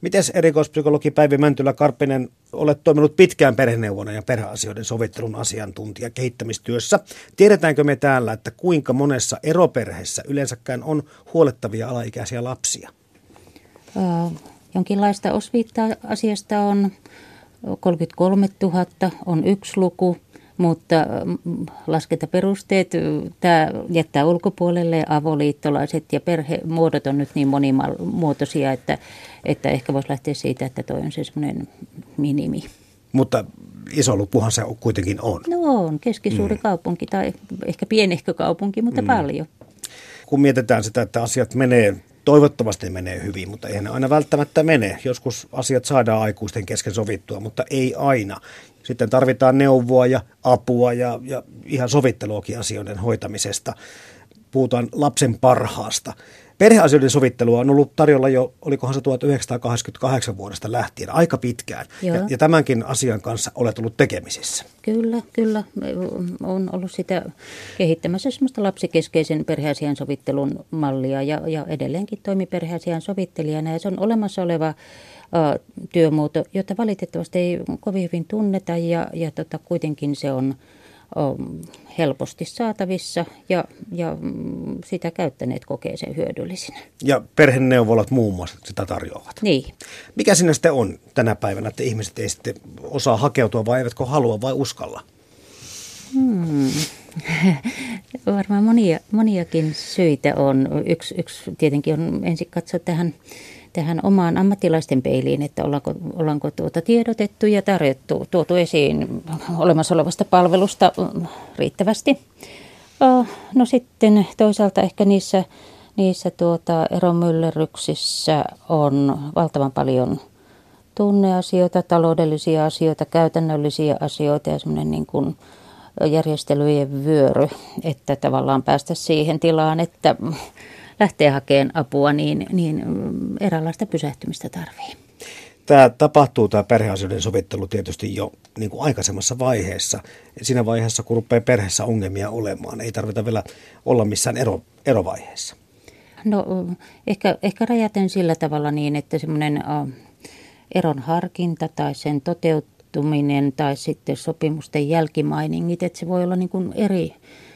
Mites erikoispsykologi Päivi Mäntylä-Karppinen, olet toiminut pitkään perheneuvonnan ja perheasioiden sovittelun asiantuntija kehittämistyössä. Tiedetäänkö me täällä, että kuinka monessa eroperheessä yleensäkään on huolettavia alaikäisiä lapsia? Jonkinlaista osviittaa asiasta on 33 000, on yksi luku, mutta laskentaperusteet tämä jättää ulkopuolelle avoliittolaiset ja perhemuodot on nyt niin monimuotoisia, että ehkä voisi lähteä siitä, että toi on se semmoinen minimi. Mutta iso lukuhan se kuitenkin on. No on, keskisuuri kaupunki tai ehkä pienehkö kaupunki, mutta paljon. Kun mietitään sitä, että asiat toivottavasti menee hyvin, mutta eihän ne aina välttämättä mene. Joskus asiat saadaan aikuisten kesken sovittua, mutta ei aina. Sitten tarvitaan neuvoa ja apua ja ihan sovitteluakin asioiden hoitamisesta. Puhutaan lapsen parhaasta. Perheasioiden sovittelua on ollut tarjolla jo, olikohan se 1988 vuodesta lähtien, aika pitkään. Ja tämänkin asian kanssa olet ollut tekemisissä. Kyllä. Olen ollut sitä kehittämässä semmoista lapsikeskeisen perheasian sovittelun mallia ja edelleenkin toimi perheasian sovittelijana. Ja se on olemassa oleva työmuoto, jota valitettavasti ei kovin hyvin tunneta ja kuitenkin se on helposti saatavissa ja sitä käyttäneet kokee sen hyödyllisenä. Ja perheneuvolat muun muassa sitä tarjoavat. Niin. Mikä sinne sitten on tänä päivänä, että ihmiset ei sitten osaa hakeutua vai eivätkö halua vai uskalla? Varmaan moniakin syitä on. Yksi tietenkin on ensin katsoa tähän omaan ammattilaisten peiliin, että ollaanko tiedotettu ja tuotu esiin olemassa olevasta palvelusta riittävästi. No sitten toisaalta ehkä niissä eromyllerryksissä on valtavan paljon tunneasioita, taloudellisia asioita, käytännöllisiä asioita ja semmoinen niin kuin järjestelyjen vyöry, että tavallaan päästä siihen tilaan, että lähtee hakemaan apua, niin eräänlaista pysähtymistä tarvii. Tämä perheasioiden sovittelu tietysti jo niin kuin aikaisemmassa vaiheessa. Siinä vaiheessa, kun rupeaa perheessä ongelmia olemaan, ei tarvita vielä olla missään erovaiheessa. No ehkä rajaten sillä tavalla niin, että semmoinen eron harkinta tai sen toteutuminen tai sitten sopimusten jälkimainingit, että se voi olla niin kuin eri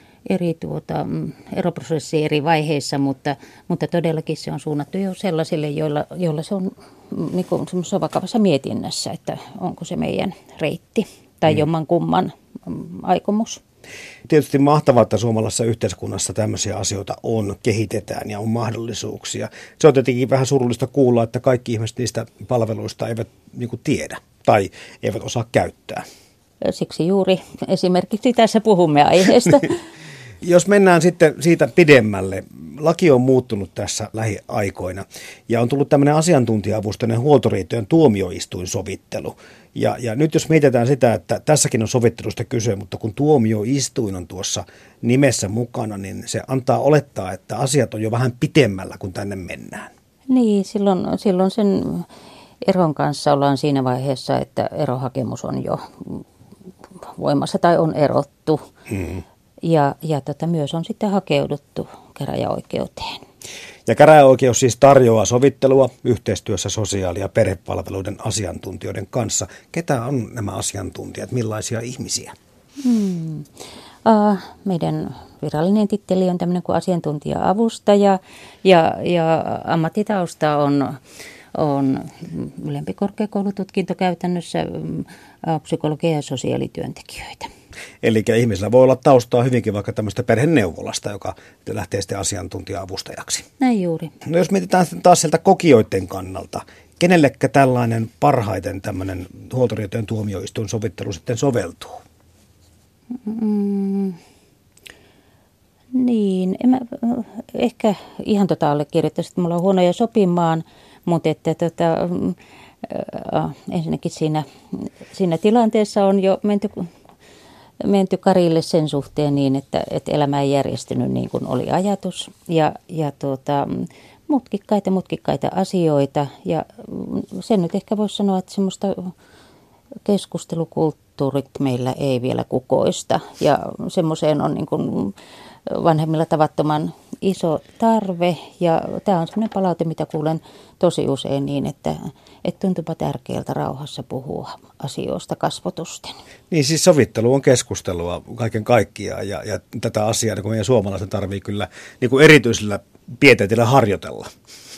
eroprosessi eri vaiheissa, mutta todellakin se on suunnattu jo sellaisille, joilla se on niin kuin semmoisessa vakavassa mietinnässä, että onko se meidän reitti tai jomman kumman aikomus. Tietysti mahtavaa, että suomalaisessa yhteiskunnassa tämmöisiä asioita kehitetään ja on mahdollisuuksia. Se on tietenkin vähän surullista kuulla, että kaikki ihmiset niistä palveluista eivät niin kuin tiedä tai eivät osaa käyttää. Siksi juuri esimerkiksi tässä puhumme aiheesta. Jos mennään sitten siitä pidemmälle, laki on muuttunut tässä lähiaikoina ja on tullut tämmöinen asiantuntija-avusteinen huoltoriitojen tuomioistuinsovittelu. Ja nyt jos mietitään sitä, että tässäkin on sovittelusta kyse, mutta kun tuomioistuin on tuossa nimessä mukana, niin se antaa olettaa, että asiat on jo vähän pitemmällä, kun tänne mennään. Niin, silloin sen eron kanssa ollaan siinä vaiheessa, että erohakemus on jo voimassa tai on erottu. Ja myös on sitten hakeuduttu käräjäoikeuteen. Ja käräjäoikeus siis tarjoaa sovittelua yhteistyössä sosiaali- ja perhepalveluiden asiantuntijoiden kanssa. Ketä on nämä asiantuntijat? Millaisia ihmisiä? Meidän virallinen titteli on tämmöinen kuin asiantuntija-avustaja ja ammattitausta on ylempi korkeakoulututkinto käytännössä psykologia- ja sosiaalityöntekijöitä. Eli ihmisellä voi olla taustaa hyvinkin vaikka tämmöistä perheneuvolasta, joka lähtee sitten asiantuntija-avustajaksi. Näin juuri. No jos mietitään taas sieltä kokijoiden kannalta, kenellekä tällainen parhaiten tämmöinen huoltoriitojen tuomioistuin sovittelu sitten soveltuu? Niin, en mä ehkä ihan allekirjoittaisi, että mulla on huonoja sopimaan, mutta että ensinnäkin siinä tilanteessa on jo menty karille sen suhteen niin, että elämä ei järjestynyt niin kuin oli ajatus ja mutkikkaita asioita ja sen nyt ehkä voisi sanoa, että semmoista keskustelukulttuurit meillä ei vielä kukoista ja semmoiseen on niin kuin vanhemmilla tavattoman iso tarve ja tämä on sellainen palaute, mitä kuulen tosi usein niin, että tuntuupa tärkeältä rauhassa puhua asioista kasvotusten. Niin siis sovittelu on keskustelua kaiken kaikkiaan ja tätä asiaa kun meidän suomalaisten tarvii kyllä niin kuin erityisellä pieteetillä harjoitella.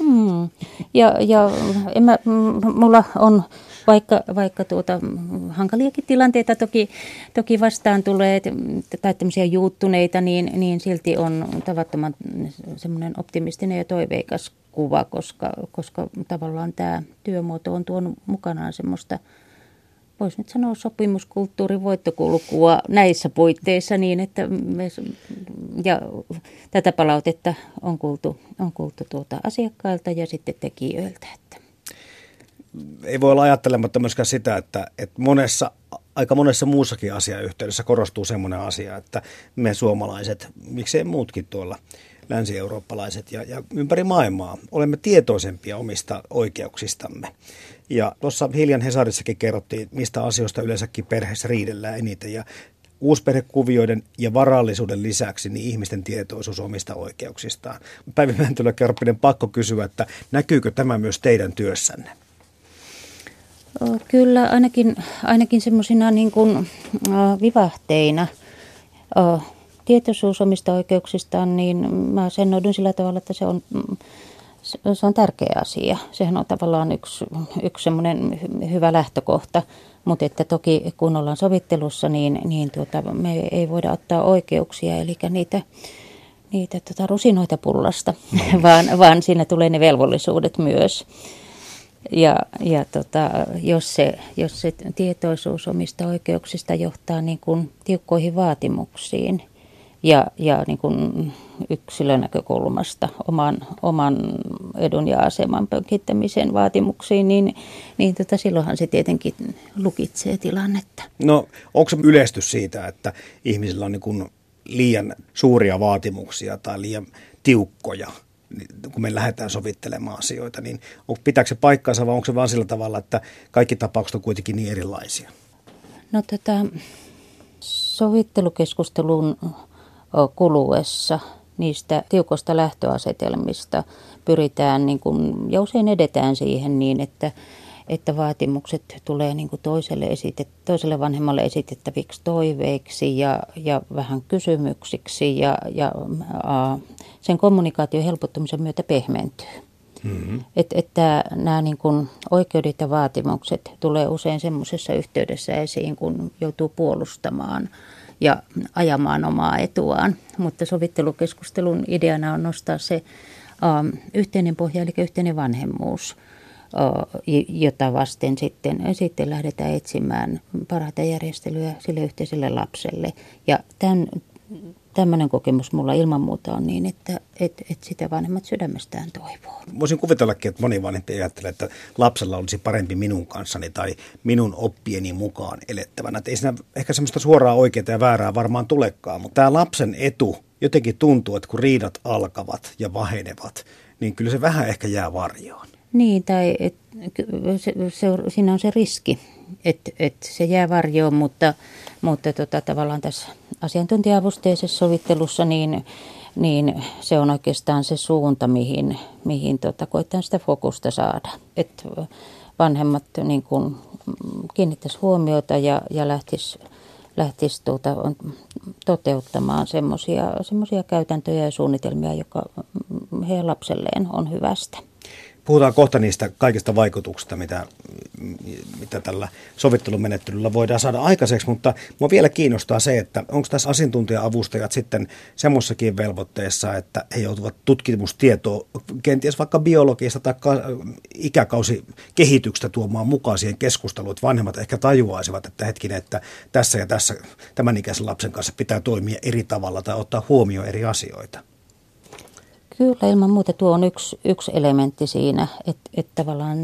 Ja mulla on vaikka hankaliakin tilanteita toki vastaan tulee tai tämmöisiä juuttuneita, niin silti on tavattoman semmoinen optimistinen ja toiveikas kuva, koska tavallaan tämä työmuoto on tuonut mukanaan semmoista, voisi nyt sanoa sopimuskulttuurin voittokulkua näissä puitteissa niin, että ja tätä palautetta on kuultu asiakkailta ja sitten tekijöiltä. Että. Ei voi olla ajattelematta myöskään sitä, että aika monessa muussakin asiayhteydessä korostuu semmoinen asia, että me suomalaiset, miksei muutkin tuolla länsi-eurooppalaiset ja ympäri maailmaa, olemme tietoisempia omista oikeuksistamme. Ja tuossa hiljan Hesarissakin kerrottiin, mistä asioista yleensäkin perheessä riidellään eniten. Ja uusperhekuvioiden ja varallisuuden lisäksi niin ihmisten tietoisuus omista oikeuksistaan. Päivi Mäntylä-Kärppinen, pakko kysyä, että näkyykö tämä myös teidän työssänne? Kyllä, ainakin semmoisina niin kuin vivahteina. Tietoisuus omista oikeuksistaan, niin mä sennoidun sillä tavalla, että se on tärkeä asia. Sehän on tavallaan yksi semmoinen hyvä lähtökohta, mutta että toki kun ollaan sovittelussa, niin me ei voida ottaa oikeuksia, eli niitä rusinoita pullasta, vaan siinä tulee ne velvollisuudet myös. Ja jos se tietoisuus omista oikeuksista johtaa niin kuin tiukkoihin vaatimuksiin ja niin kuin yksilön näkökulmasta oman edun ja aseman pönkittämisen vaatimuksiin, niin silloinhan se tietenkin lukitsee tilannetta. No onko se yleistys siitä, että ihmisillä on niin kuin liian suuria vaatimuksia tai liian tiukkoja, kun me lähdetään sovittelemaan asioita, niin pitääkö se paikkaansa vai onko se vaan sillä tavalla, että kaikki tapaukset on kuitenkin niin erilaisia? No sovittelukeskustelun kuluessa niistä tiukoista lähtöasetelmista pyritään niin kuin, ja usein edetään siihen niin, että vaatimukset tulee niin kuin toiselle vanhemmalle esitettäviksi toiveiksi ja vähän kysymyksiksi ja sen kommunikaation helpottumisen myötä pehmentyy. Mm-hmm. Että nämä niin kuin oikeudet ja vaatimukset tulee usein semmoisessa yhteydessä esiin, kun joutuu puolustamaan ja ajamaan omaa etuaan. Mutta sovittelukeskustelun ideana on nostaa se yhteinen pohja, eli yhteinen vanhemmuus, jota vasten sitten lähdetään etsimään parhaita järjestelyjä sille yhteiselle lapselle. Ja tämmöinen kokemus mulla ilman muuta on niin, että sitä vanhemmat sydämestään toivoo. Voisin kuvitellakin, että moni vanhempi ajattelee, että lapsella olisi parempi minun kanssani tai minun oppieni mukaan elettävänä. Että ei siinä ehkä semmoista suoraa oikeaa ja väärää varmaan tulekaan, mutta tämä lapsen etu jotenkin tuntuu, että kun riidat alkavat ja vahenevat, niin kyllä se vähän ehkä jää varjoon. Niin, tai siinä on se riski, että se jää varjoon, mutta tavallaan tässä asiantuntija-avusteisessa sovittelussa niin se on oikeastaan se suunta, mihin koetaan sitä fokusta saada. Että vanhemmat niin kuin kiinnittäisi huomiota ja lähtisi toteuttamaan semmoisia käytäntöjä ja suunnitelmia, joka heidän lapselleen on hyvästä. Puhutaan kohta niistä kaikista vaikutuksista, mitä tällä sovittelumenettelyllä voidaan saada aikaiseksi, mutta minua vielä kiinnostaa se, että onko tässä asiantuntija-avustajat sitten semmoissakin velvoitteessa, että he joutuvat tutkimustietoa kenties vaikka biologiasta tai ikäkausikehityksestä tuomaan mukaan siihen keskusteluun, että vanhemmat ehkä tajuaisivat, että hetkinen, että tässä ja tässä tämän ikäisen lapsen kanssa pitää toimia eri tavalla tai ottaa huomioon eri asioita. Kyllä, ilman muuta tuo on yksi elementti siinä, että tavallaan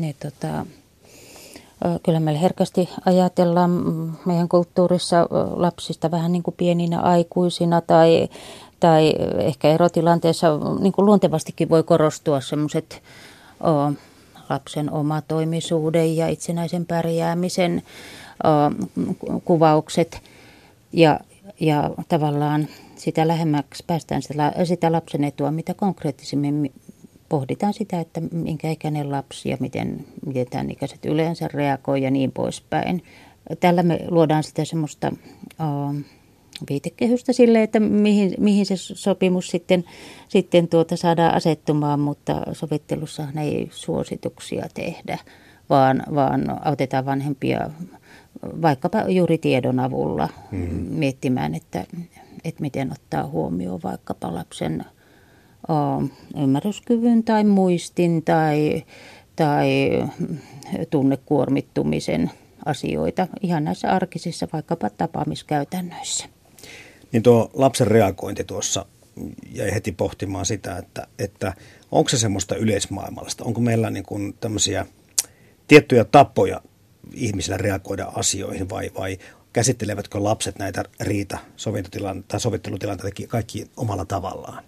kyllä meillä herkästi ajatellaan meidän kulttuurissa lapsista vähän niin kuin pieninä aikuisina tai ehkä erotilanteessa niin kuin luontevastikin voi korostua semmoiset lapsen omatoimisuuden ja itsenäisen pärjäämisen kuvaukset ja ja tavallaan sitä lähemmäksi päästään sitä lapsen etua, mitä konkreettisemmin pohditaan sitä, että minkä ikäinen lapsi ja miten tämän ikäiset yleensä reagoi ja niin poispäin. Tällä me luodaan sitä semmoista viitekehystä sille, että mihin se sopimus sitten saadaan asettumaan, mutta sovittelussahan ei suosituksia tehdä, vaan autetaan vanhempia vaikkapa juuri tiedon avulla miettimään, että miten ottaa huomioon vaikkapa lapsen ymmärryskyvyn tai muistin tai tunnekuormittumisen asioita ihan näissä arkisissa vaikkapa tapaamiskäytännöissä. Niin tuo lapsen reagointi tuossa jäi heti pohtimaan sitä, että onko se semmoista yleismaailmallista, onko meillä niin kuin tämmöisiä tiettyjä tapoja ihmisillä reagoida asioihin vai käsittelevätkö lapset näitä sovittelutilanteita kaikki omalla tavallaan?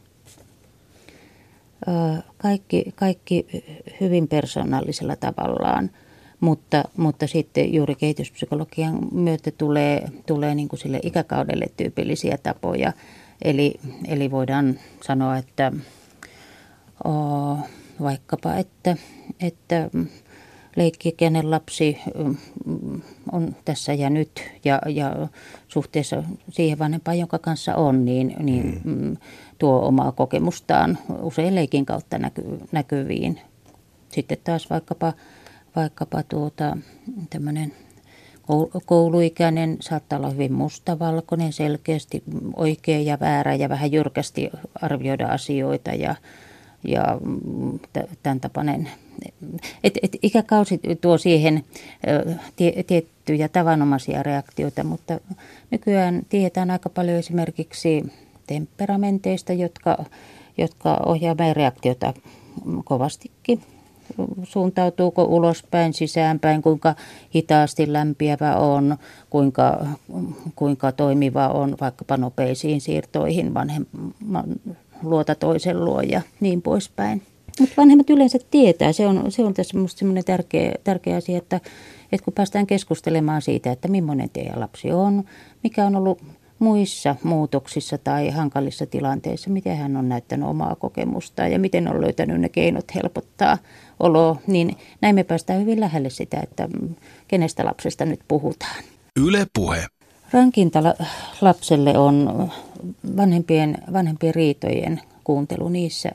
Kaikki hyvin persoonallisella tavallaan, mutta sitten juuri kehityspsykologian myötä tulee niin kuin sille ikäkaudelle tyypillisiä tapoja. Eli voidaan sanoa, että vaikkapa, että leikki-ikäinen lapsi on tässä ja nyt ja suhteessa siihen vanhempaan, jonka kanssa on, niin tuo omaa kokemustaan usein leikin kautta näkyviin. Sitten taas vaikkapa tämmöinen kouluikäinen saattaa olla hyvin mustavalkoinen, selkeästi oikea ja väärä ja vähän jyrkästi arvioida asioita ja tämän tapainen. Ikäkausi tuo siihen tiettyjä tavanomaisia reaktioita, mutta nykyään tiedetään aika paljon esimerkiksi temperamenteista, jotka ohjaa meidän reaktiota kovastikin. Suuntautuuko ulospäin, sisäänpäin, kuinka hitaasti lämpiävä on, kuinka toimiva on vaikkapa nopeisiin siirtoihin vanhemman luota toisen luo ja niin poispäin. Mutta vanhemmat yleensä tietää, se on tässä minusta semmoinen tärkeä asia, että kun päästään keskustelemaan siitä, että millainen teidän lapsi on, mikä on ollut muissa muutoksissa tai hankalissa tilanteissa, miten hän on näyttänyt omaa kokemustaan ja miten on löytänyt ne keinot helpottaa oloa, niin näin me päästään hyvin lähelle sitä, että kenestä lapsesta nyt puhutaan. Yle Puhe. Rankinta lapselle on vanhempien riitojen kuuntelu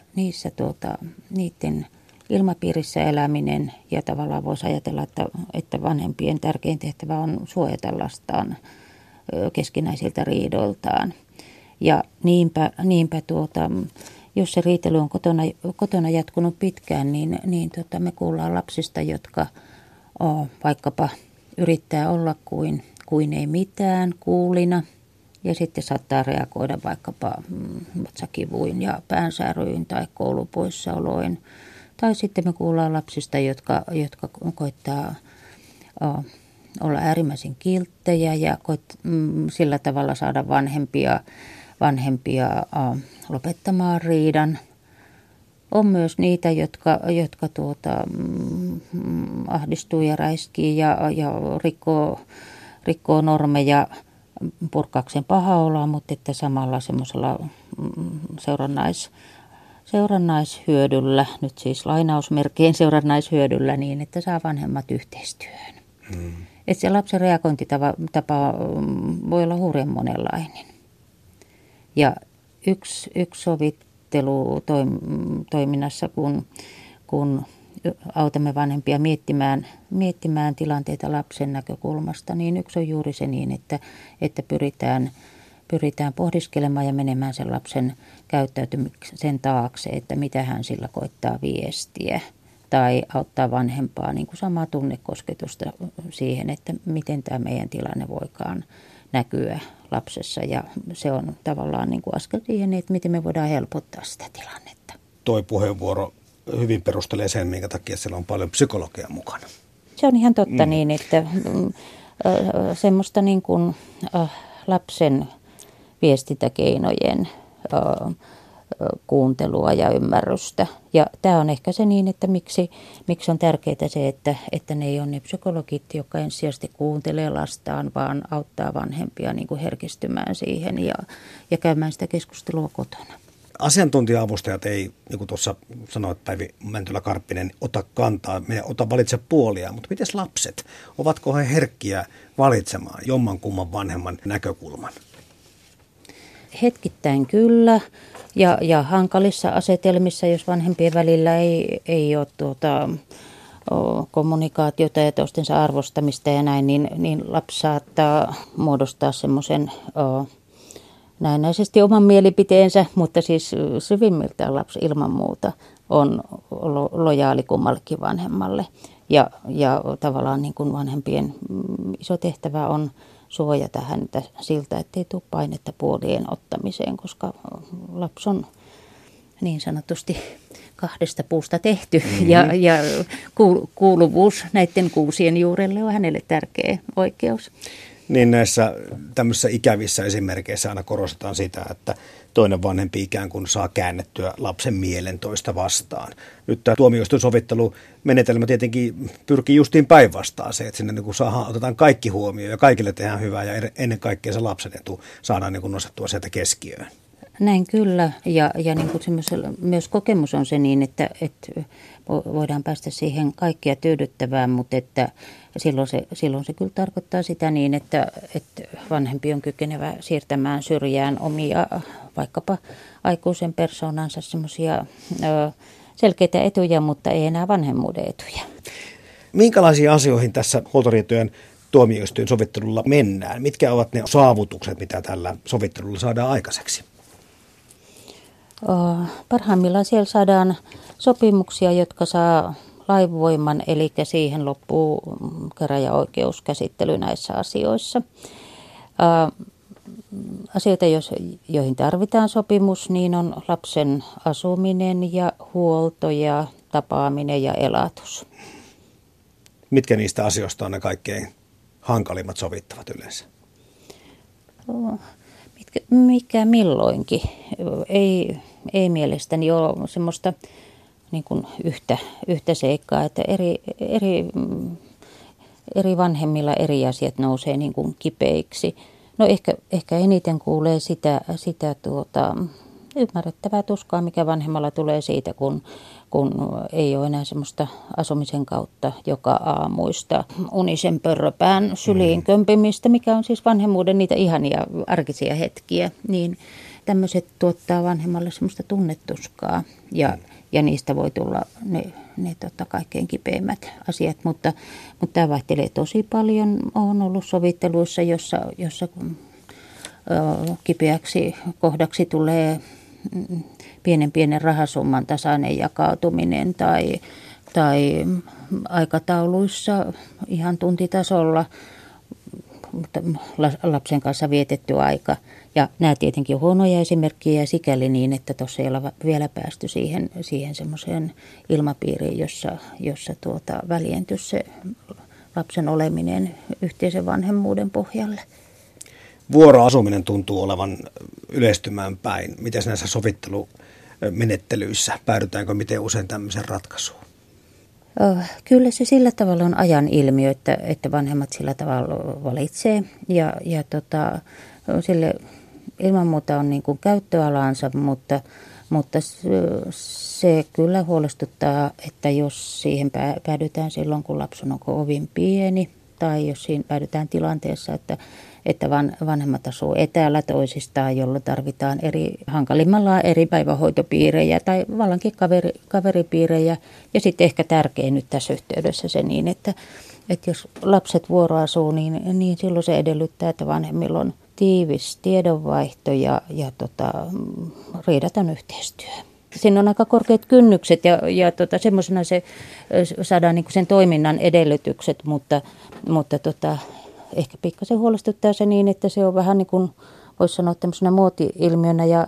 niiden ilmapiirissä eläminen ja tavallaan voisi ajatella, että vanhempien tärkein tehtävä on suojata lastaan keskinäisiltä riidoiltaan. Ja niinpä jos se riitely on kotona jatkunut pitkään, niin me kuullaan lapsista, jotka vaikkapa yrittää olla kuin ei mitään kuulina. Ja sitten saattaa reagoida vaikkapa vatsakivuin ja päänsäryin tai koulupoissaoloin. Tai sitten me kuullaan lapsista, jotka koittaa olla äärimmäisen kilttejä ja sillä tavalla saada vanhempia lopettamaan riidan. On myös niitä, jotka ahdistuu ja räiskii ja rikkoo normeja purkaakseen pahaa oloa, mutta että samalla semmoisella seurannaishyödyllä, nyt siis lainausmerkien seurannaishyödyllä niin, että saa vanhemmat yhteistyöhön. Että se lapsen reagointitapa voi olla hurjan monenlainen. Ja yksi sovittelutoiminnassa, kun autamme vanhempia miettimään tilanteita lapsen näkökulmasta, niin yksi on juuri se niin, että pyritään pohdiskelemaan ja menemään sen lapsen käyttäytymisen taakse, että mitä hän sillä koittaa viestiä. Tai auttaa vanhempaa niin kuin samaa tunnekosketusta siihen, että miten tämä meidän tilanne voikaan näkyä lapsessa. Ja se on tavallaan niin kuin askel siihen, että miten me voidaan helpottaa sitä tilannetta. Toi puheenvuoro hyvin perustelee sen, minkä takia siellä on paljon psykologia mukana. Se on ihan totta niin, että semmoista niin kuin lapsen viestintäkeinojen kuuntelua ja ymmärrystä. Ja tämä on ehkä se niin, että miksi on tärkeää se, että ne ei ole ne psykologit, jotka ensisijaisesti kuuntelee lastaan, vaan auttaa vanhempia niin kuin herkistymään siihen ja käymään sitä keskustelua kotona. Asiantuntija-avustajat ei, niin kuin tuossa sanoit Päivi Mäntylä-Karppinen, ota kantaa, valitse puolia, mutta miten lapset? Ovatko he herkkiä valitsemaan jommankumman vanhemman näkökulman? Hetkittäin kyllä, ja hankalissa asetelmissa, jos vanhempien välillä ei ole kommunikaatiota ja toistensa arvostamista ja näin, niin lapsi saattaa muodostaa semmoisen näennäisesti oman mielipiteensä, mutta siis syvimmiltään lapsi ilman muuta on lojaali kummallekin vanhemmalle. Ja tavallaan niin kuin vanhempien iso tehtävä on suojata häntä siltä, ettei tule painetta puolien ottamiseen, koska lapsi on niin sanotusti kahdesta puusta tehty ja kuuluvuus näiden kuusien juurelle on hänelle tärkeä oikeus. Niin näissä tämmöisissä ikävissä esimerkkeissä aina korostetaan sitä, että toinen vanhempi ikään kuin saa käännettyä lapsen mielen toista vastaan. Nyt tämä tuomioistuinsovittelumenetelmä tietenkin pyrkii justiin päinvastaan se, että sinne niin kuin otetaan kaikki huomioon ja kaikille tehdään hyvää ja ennen kaikkea se lapsen etu saadaan niin kuin nostettua sieltä keskiöön. Näin kyllä ja niin kuin myös kokemus on se niin, että voidaan päästä siihen kaikkia tyydyttävään, mutta että silloin se kyllä tarkoittaa sitä niin, että vanhempi on kykenevä siirtämään syrjään omia vaikkapa aikuisen persoonansa semmoisia selkeitä etuja, mutta ei enää vanhemmuuden etuja. Minkälaisiin asioihin tässä huoltoriitojen tuomioistuinsovittelulla mennään? Mitkä ovat ne saavutukset, mitä tällä sovittelulla saadaan aikaiseksi? Parhaimmillaan siellä saadaan sopimuksia, jotka saa lainvoiman, eli siihen loppuu käräjäoikeuskäsittely näissä asioissa. Asioita, joihin tarvitaan sopimus, niin on lapsen asuminen ja huolto ja tapaaminen ja elatus. Mitkä niistä asioista on ne kaikkein hankalimmat sovittavat yleensä? Mikä milloinkin. Ei mielestäni ole semmoista niin kuin yhtä seikkaa, että eri vanhemmilla eri asiat nousee niin kuin kipeiksi. No ehkä eniten kuulee sitä ymmärrettävää tuskaa, mikä vanhemmalla tulee siitä, kun ei ole enää semmoista asumisen kautta joka aamuista unisen pörröpään syliin kömpimistä, mikä on siis vanhemmuuden niitä ihania arkisia hetkiä, niin tämmöiset tuottaa vanhemmalle semmoista tunnetuskaa ja niistä voi tulla ne kaikkein kipeimmät asiat, mutta tämä vaihtelee tosi paljon. Olen ollut sovitteluissa, jossa kipeäksi kohdaksi tulee pienen rahasumman tasainen jakautuminen tai aikatauluissa ihan tuntitasolla lapsen kanssa vietetty aika. Ja nämä tietenkin on huonoja esimerkkejä sikäli niin, että tuossa ei ole vielä päästy siihen semmoiseen ilmapiiriin, jossa väljentyisi se lapsen oleminen yhteisen vanhemmuuden pohjalle. Vuoroasuminen tuntuu olevan yleistymään päin. Miten näissä sovittelumenettelyissä päädytäänkö miten usein tämmöisen ratkaisuun? Kyllä se sillä tavalla on ajan ilmiö, että vanhemmat sillä tavalla valitsee ja sille ilman muuta on niin kuin käyttöalansa, mutta se kyllä huolestuttaa, että jos siihen päädytään silloin, kun lapsi on kovin pieni tai jos siinä päädytään tilanteessa, että vanhemmat asuu etäällä toisistaan, jolloin tarvitaan hankalimmillaan eri päivähoitopiirejä tai vallankin kaveripiirejä. Ja sitten ehkä tärkein nyt tässä yhteydessä se niin, että jos lapset vuoroasuu, niin silloin se edellyttää, että vanhemmilla on tiivis tiedonvaihto ja riidaton yhteistyö. Siinä on aika korkeat kynnykset ja semmoisena se saadaan niin kuin sen toiminnan edellytykset, mutta ehkä pikkasen huolestuttaa se niin, että se on vähän niin kuin voisi sanoa tämmöisenä muoti-ilmiönä ja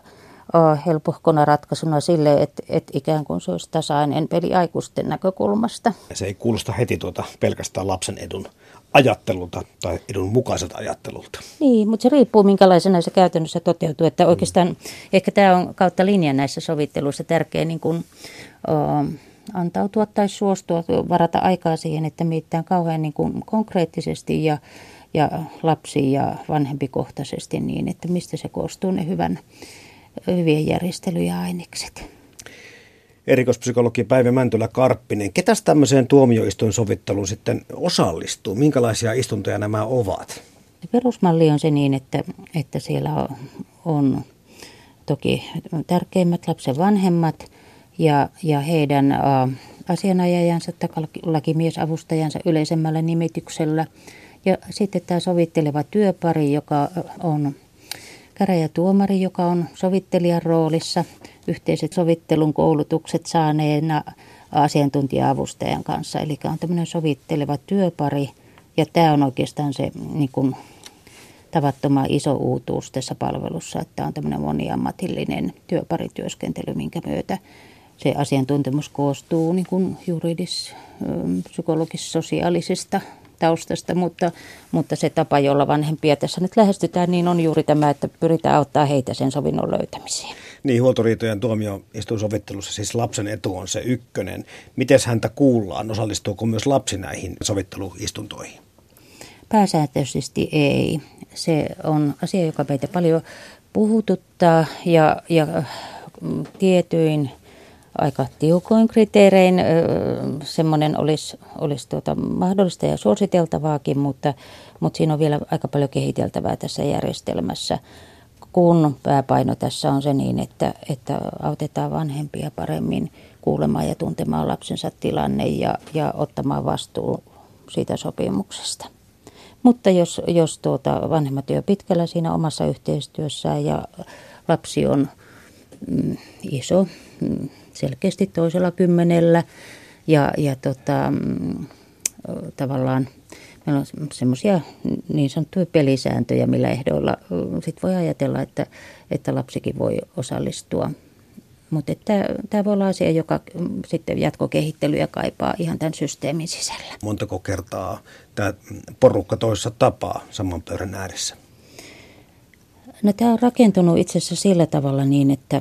helpohkona ratkaisuna sille, että ikään kuin se olisi tasainen peli aikuisten näkökulmasta. Se ei kuulosta heti pelkästään lapsen edun ajattelulta tai edun mukaiselta ajattelulta. Niin, mutta se riippuu minkälaisena se käytännössä toteutuu. Että oikeastaan ehkä tämä on kautta linjan näissä sovitteluissa tärkeä niin kuin, antautua tai suostua, varata aikaa siihen, että mietitään kauhean niin kuin konkreettisesti ja lapsi- ja vanhempikohtaisesti niin, että mistä se koostuu ne hyvien järjestelyjen ainekset. Erikoispsykologi Päivi Mäntylä-Karppinen, ketäs tämmöiseen tuomioistuinsovitteluun sitten osallistuu? Minkälaisia istuntoja nämä ovat? Perusmalli on se niin, että siellä on toki tärkeimmät lapsen vanhemmat ja heidän asianajajansa tai lakimiesavustajansa yleisemmällä nimityksellä. Ja sitten tämä sovitteleva työpari, joka on käräjätuomari, joka on sovittelijan roolissa, yhteiset sovittelun koulutukset saaneena asiantuntija-avustajan kanssa. Eli on tämmöinen sovitteleva työpari, ja tämä on oikeastaan se niin kuin tavattoman iso uutuus tässä palvelussa, että on tämmöinen moniammatillinen työparityöskentely, minkä myötä se asiantuntemus koostuu niin kuin psykologis-sosiaalisesta taustasta, mutta se tapa, jolla vanhempia tässä nyt lähestytään, niin on juuri tämä, että pyritään auttaa heitä sen sovinnon löytämiseen. Niin, huoltoriitojen tuomioistuinsovittelussa siis lapsen etu on se ykkönen. Miten häntä kuullaan? Osallistuuko myös lapsi näihin sovitteluistuntoihin? Pääsääntöisesti ei. Se on asia, joka meitä paljon puhututtaa ja tietyin aika tiukoin kriteerein semmoinen olisi mahdollista ja suositeltavaakin, mutta siinä on vielä aika paljon kehiteltävää tässä järjestelmässä, kun pääpaino tässä on se niin, että autetaan vanhempia paremmin kuulemaan ja tuntemaan lapsensa tilanne ja ottamaan vastuu siitä sopimuksesta. Mutta jos vanhemmat jo pitkällä siinä omassa yhteistyössään ja lapsi on iso, selkeästi toisella kymmenellä ja tavallaan meillä on semmoisia niin sanottuja pelisääntöjä, millä ehdoilla sit voi ajatella, että lapsikin voi osallistua. Mutta tämä voi olla asia, joka sitten jatkokehittelyä kaipaa ihan tämän systeemin sisällä. Montako kertaa tämä porukka toisessa tapaa saman pöydän ääressä? No, tämä on rakentunut itse asiassa sillä tavalla niin, että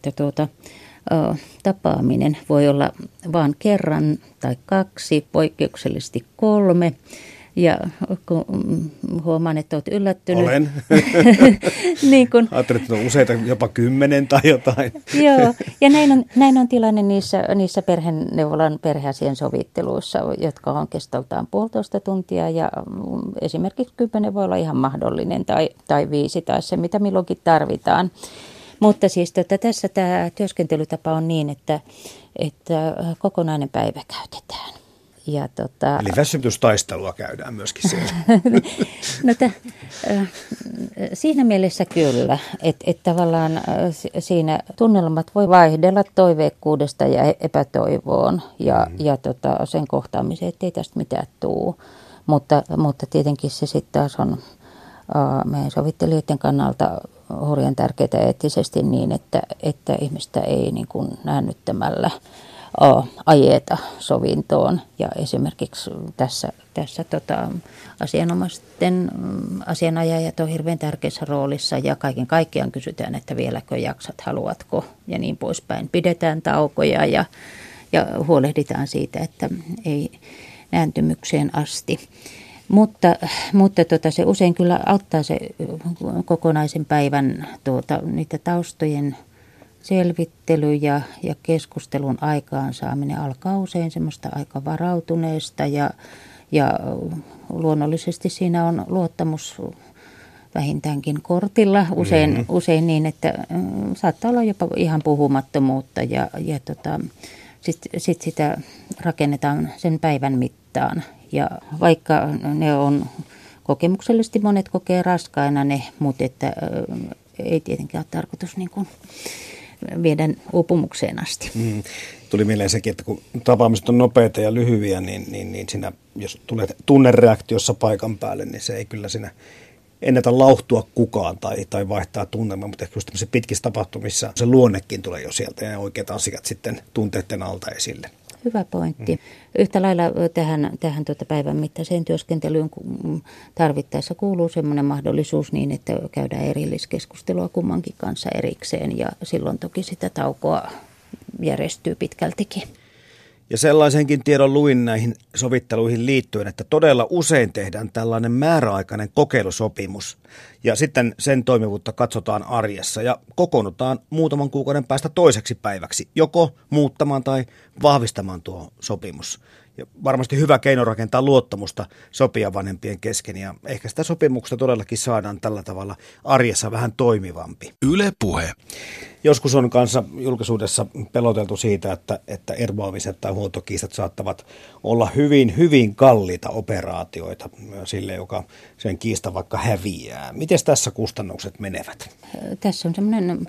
tapaaminen voi olla vain kerran tai kaksi, poikkeuksellisesti 3. Ja kun huomaan, että olet yllättynyt. Olen. Niin kun, ajattelin, että on useita, jopa 10 tai jotain. Joo, ja näin on tilanne niissä perheneuvolan perheasian sovitteluissa, jotka on kestoltaan 1,5 tuntia. Ja esimerkiksi 10 voi olla ihan mahdollinen tai 5 tai se, mitä milloinkin tarvitaan. Mutta siis tässä tämä työskentelytapa on niin, että kokonainen päivä käytetään. Ja eli väsytystaistelua käydään myöskin siellä. No siinä mielessä kyllä, että tavallaan siinä tunnelmat voi vaihdella toiveikkuudesta ja epätoivoon ja sen kohtaamiseen, ettei tästä mitään tule. Mutta tietenkin se sitten taas on meidän sovittelijoiden kannalta hurjan tärkeää eettisesti niin, että ihmistä ei niin kuin näännyttämällä ajeta sovintoon. Ja esimerkiksi tässä asianomaisten asianajajat on hirveän tärkeässä roolissa ja kaiken kaikkiaan kysytään, että vieläkö jaksat, haluatko ja niin poispäin. Pidetään taukoja ja huolehditaan siitä, että ei nääntymykseen asti. Mutta se usein kyllä auttaa se kokonaisen päivän niitä taustojen selvittely ja keskustelun aikaansaaminen alkaa usein semmoista aika varautuneesta ja luonnollisesti siinä on luottamus vähintäänkin kortilla usein niin, että saattaa olla jopa ihan puhumattomuutta ja sit sitä rakennetaan sen päivän mittaan. Ja vaikka ne on kokemuksellisesti monet kokee raskaina ne, mutta että ei tietenkään ole tarkoitus niin kuin viedä uupumukseen asti. Tuli mieleen sekin, että kun tapaamiset on nopeita ja lyhyitä, niin siinä, jos tulee tunnereaktiossa paikan päälle, niin se ei kyllä siinä ennätä lauhtua kukaan tai vaihtaa tunnelma, mutta ehkä just tämmöisissä pitkissä tapahtumissa se luonnekin tulee jo sieltä ja oikeat asiat sitten tunteiden alta esille. Hyvä pointti. Yhtä lailla tähän päivän mittaiseen työskentelyyn tarvittaessa kuuluu sellainen mahdollisuus niin, että käydään erilliskeskustelua kummankin kanssa erikseen ja silloin toki sitä taukoa järjestyy pitkältikin. Ja sellaisenkin tiedon luin näihin sovitteluihin liittyen, että todella usein tehdään tällainen määräaikainen kokeilusopimus ja sitten sen toimivuutta katsotaan arjessa ja kokoonnutaan muutaman kuukauden päästä toiseksi päiväksi, joko muuttamaan tai vahvistamaan tuo sopimus. Ja varmasti hyvä keino rakentaa luottamusta sopia vanhempien kesken ja ehkä sitä sopimuksesta todellakin saadaan tällä tavalla arjessa vähän toimivampi. Yle Puhe. Joskus on kanssa julkisuudessa peloteltu siitä, että eroamiset tai huoltokiistat saattavat olla hyvin, hyvin kalliita operaatioita sille, joka sen kiista vaikka häviää. Miten tässä kustannukset menevät? Tässä on semmoinen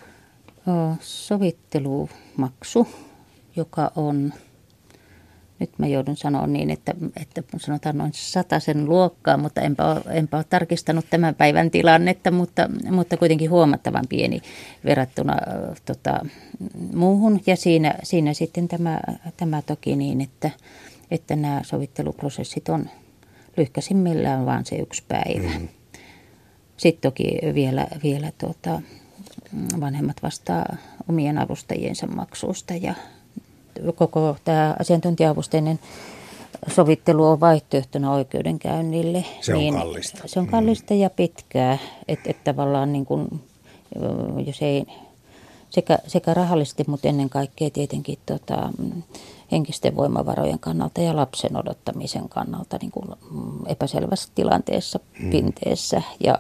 sovittelumaksu, joka on... Nyt mä joudun sanoa niin, että sanotaan noin 100 luokkaa, mutta enpä ole tarkistanut tämän päivän tilannetta, mutta kuitenkin huomattavan pieni verrattuna muuhun. Ja siinä sitten tämä toki niin, että nämä sovitteluprosessit on lyhkäisimmillään vaan se 1 päivä. Mm-hmm. Sitten toki vielä vanhemmat vastaa omien avustajiensa maksusta ja koko tämä asiantuntija-avusteinen sovittelu on vaihtoehtona oikeudenkäynnille. Se on kallista. Se on kallista ja pitkää, että tavallaan niin kuin, jos ei sekä rahallisesti, mutta ennen kaikkea tietenkin henkisten voimavarojen kannalta ja lapsen odottamisen kannalta niin kuin epäselvässä tilanteessa, pinteessä ja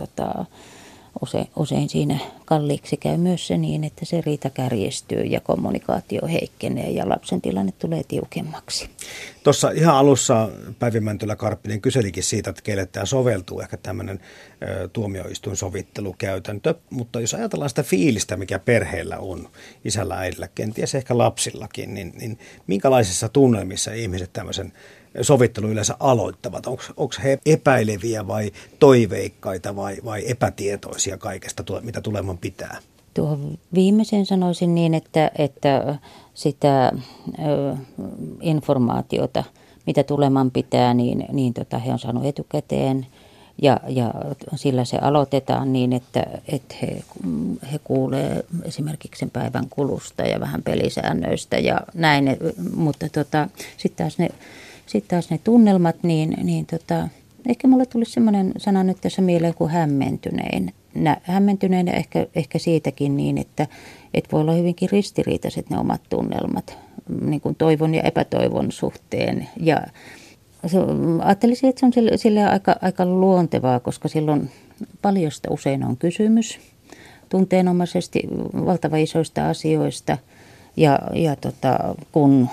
usein siinä kalliiksi käy myös se niin, että se riita kärjistyy ja kommunikaatio heikkenee ja lapsen tilanne tulee tiukemmaksi. Tuossa ihan alussa Päivi Mäntylä-Karppinen kyselikin siitä, että keille tämä soveltuu, ehkä tämmöinen tuomioistuinsovittelukäytäntö, mutta jos ajatellaan sitä fiilistä, mikä perheellä on, isällä, äidillä, kenties ehkä lapsillakin, niin minkälaisissa tunnelmissa ihmiset tämmöisen sovittelu yleensä aloittavat? Onko he epäileviä vai toiveikkaita vai epätietoisia kaikesta, mitä tuleman pitää? Tuohon viimeisen sanoisin niin, että sitä informaatiota, mitä tuleman pitää, niin he on saanut etukäteen ja sillä se aloitetaan niin, että he kuulee esimerkiksi sen päivän kulusta ja vähän pelisäännöistä ja näin, mutta sitten taas ne tunnelmat, niin ehkä mulle tuli semmoinen sana nyt tässä mieleen kuin hämmentyneinä ehkä siitäkin niin, että voi olla hyvinkin ristiriitaiset ne omat tunnelmat niin kuin toivon ja epätoivon suhteen. Ja ajattelisin, että se on sille aika luontevaa, koska silloin paljosta usein on kysymys tunteenomaisesti valtavan isoista asioista ja kun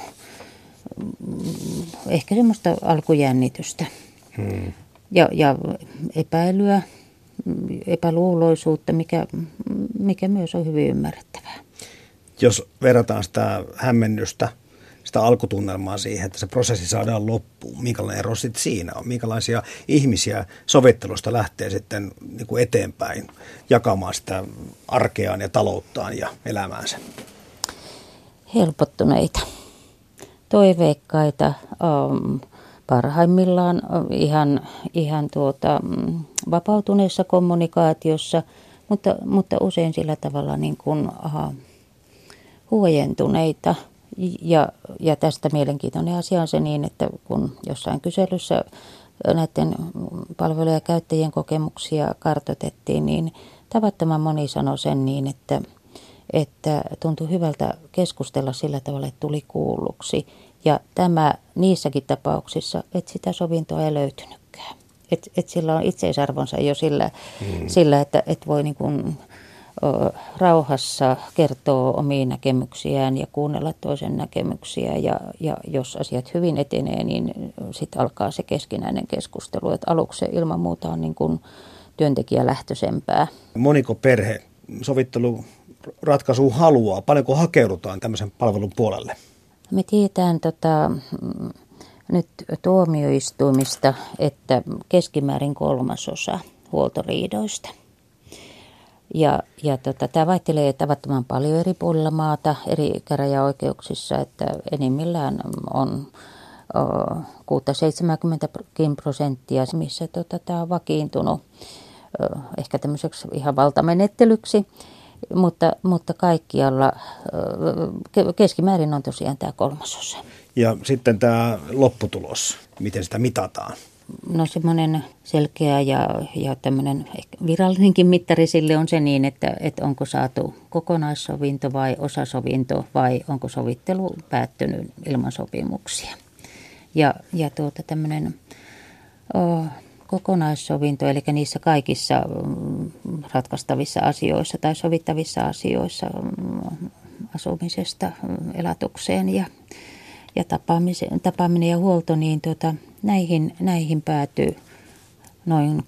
ehkä semmoista alkujännitystä ja epäilyä, epäluuloisuutta, mikä myös on hyvin ymmärrettävää. Jos verrataan sitä hämmennystä, sitä alkutunnelmaa siihen, että se prosessi saadaan loppuun, minkälainen ero sitten siinä on? Minkälaisia ihmisiä sovittelusta lähtee sitten niin kuin eteenpäin jakamaan sitä arkeaan ja talouttaan ja elämäänsä? Helpottuneita, toiveikkaita, parhaimmillaan ihan vapautuneessa kommunikaatiossa, mutta usein sillä tavalla niin kuin huojentuneita. Ja tästä mielenkiintoinen asia on se niin, että kun jossain kyselyssä näiden palvelujen ja käyttäjien kokemuksia kartoitettiin, niin tavattoman moni sanoi sen niin, että tuntui hyvältä keskustella sillä tavalla, että tuli kuulluksi. Ja tämä niissäkin tapauksissa, että sitä sovintoa ei löytynytkään. Että sillä on itseisarvonsa jo sillä että voi niin kuin rauhassa kertoo omiin näkemyksiään ja kuunnella toisen näkemyksiä. Ja jos asiat hyvin etenee, niin sitten alkaa se keskinäinen keskustelu. Että aluksi se ilman muuta on niin kuin työntekijälähtöisempää. Moniko perhe sovitteluratkaisua haluaa? Paljonko hakeudutaan tämmöisen palvelun puolelle? Me tiedetään nyt tuomioistuimista, että keskimäärin 1/3 huoltoriidoista. Tämä vaihtelee tavattoman paljon eri puolilla maata, eri käräjäoikeuksissa, että enimmillään on 6-70%, missä tämä on vakiintunut ehkä tämmöiseksi ihan valtamenettelyksi, mutta kaikkialla keskimäärin on tosiaan tämä 1/3. Ja sitten tämä lopputulos, miten sitä mitataan? No semmoinen selkeä ja tämmöinen ehkä virallinenkin mittari sille on se niin, että onko saatu kokonaissovinto vai osasovinto vai onko sovittelu päättynyt ilman sopimuksia. Ja tämmöinen kokonaissovinto, eli niissä kaikissa ratkaistavissa asioissa tai sovittavissa asioissa asumisesta elatukseen ja tapaaminen ja huolto, niin näihin päätyy noin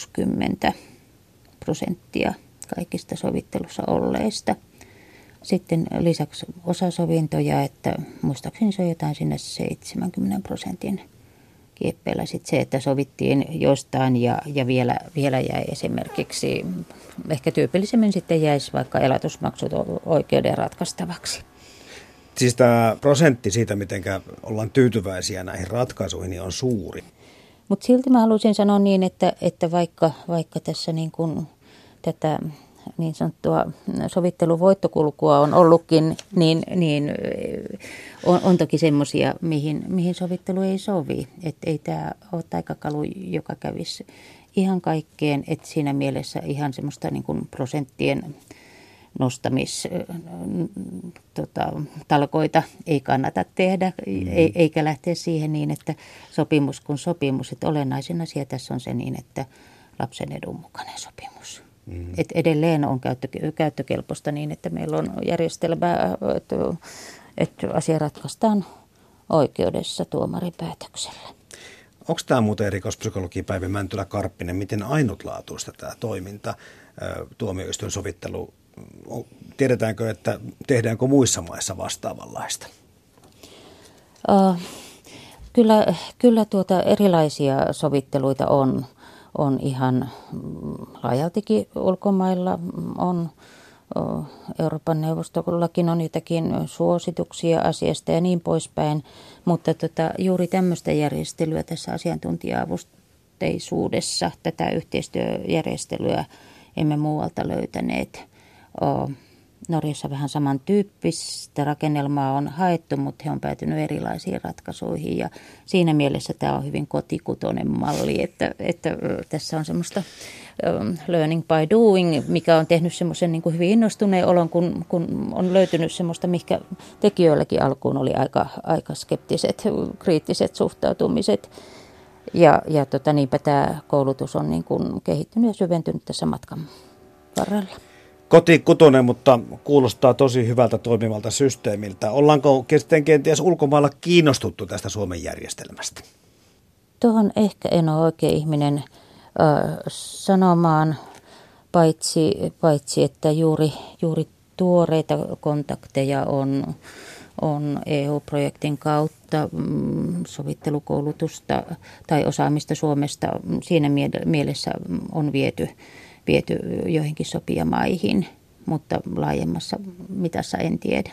60% kaikista sovittelussa olleista. Sitten lisäksi osasovintoja, että muistaakseni se on jotain sinne 70% kieppeillä. Sitten se, että sovittiin jostain ja vielä jäi esimerkiksi, ehkä tyypillisemmin sitten jäisi vaikka elatusmaksut oikeuden ratkaistavaksi. Siis tämä prosentti siitä, miten ollaan tyytyväisiä näihin ratkaisuihin, niin on suuri. Mutta silti mä haluaisin sanoa niin, että vaikka tässä niin kun tätä niin sanottua sovitteluvoittokulkua on ollutkin, niin on toki semmoisia, mihin sovittelu ei sovi. Että ei tämä ole taikakalu, joka kävisi ihan kaikkeen, että siinä mielessä ihan semmoista niin kun prosenttien talkoita ei kannata tehdä, eikä lähteä siihen niin, että sopimus kun sopimus. Että olennaisin asia tässä on se niin, että lapsen edun mukainen sopimus. Et edelleen on käyttökelpoista niin, että meillä on järjestelmää, että asia ratkaistaan oikeudessa tuomaripäätöksellä. Onko tämä muuten rikospsykologi Päivi Mäntylä-Karppinen, miten ainutlaatuista tämä toiminta, tuomioistuin sovittelu? Tiedetäänkö, että tehdäänkö muissa maissa vastaavanlaista? Kyllä erilaisia sovitteluita on ihan laajaltikin ulkomailla. Euroopan neuvostollakin on jotakin suosituksia asiasta ja niin poispäin, mutta juuri tämmöistä järjestelyä tässä asiantuntija-avusteisuudessa, tätä yhteistyöjärjestelyä emme muualta löytäneet. Norjassa vähän samantyyppistä rakennelmaa on haettu, mutta he on päätynyt erilaisiin ratkaisuihin ja siinä mielessä tämä on hyvin kotikutoinen malli, että tässä on semmoista learning by doing, mikä on tehnyt semmoisen niin kuin hyvin innostuneen olon, kun on löytynyt semmoista, mikä tekijöilläkin alkuun oli aika skeptiset, kriittiset suhtautumiset ja niinpä tämä koulutus on niin kuin kehittynyt ja syventynyt tässä matkan varrella. Kotikutoinen, mutta kuulostaa tosi hyvältä toimivalta systeemiltä. Ollaanko kenties ulkomailla kiinnostuttu tästä Suomen järjestelmästä? Tuohon ehkä en ole oikein ihminen sanomaan, paitsi että juuri tuoreita kontakteja on EU-projektin kautta sovittelukoulutusta tai osaamista Suomesta. Siinä mielessä on viety joihinkin sopijamaihin, mutta laajemmassa mitassa en tiedä.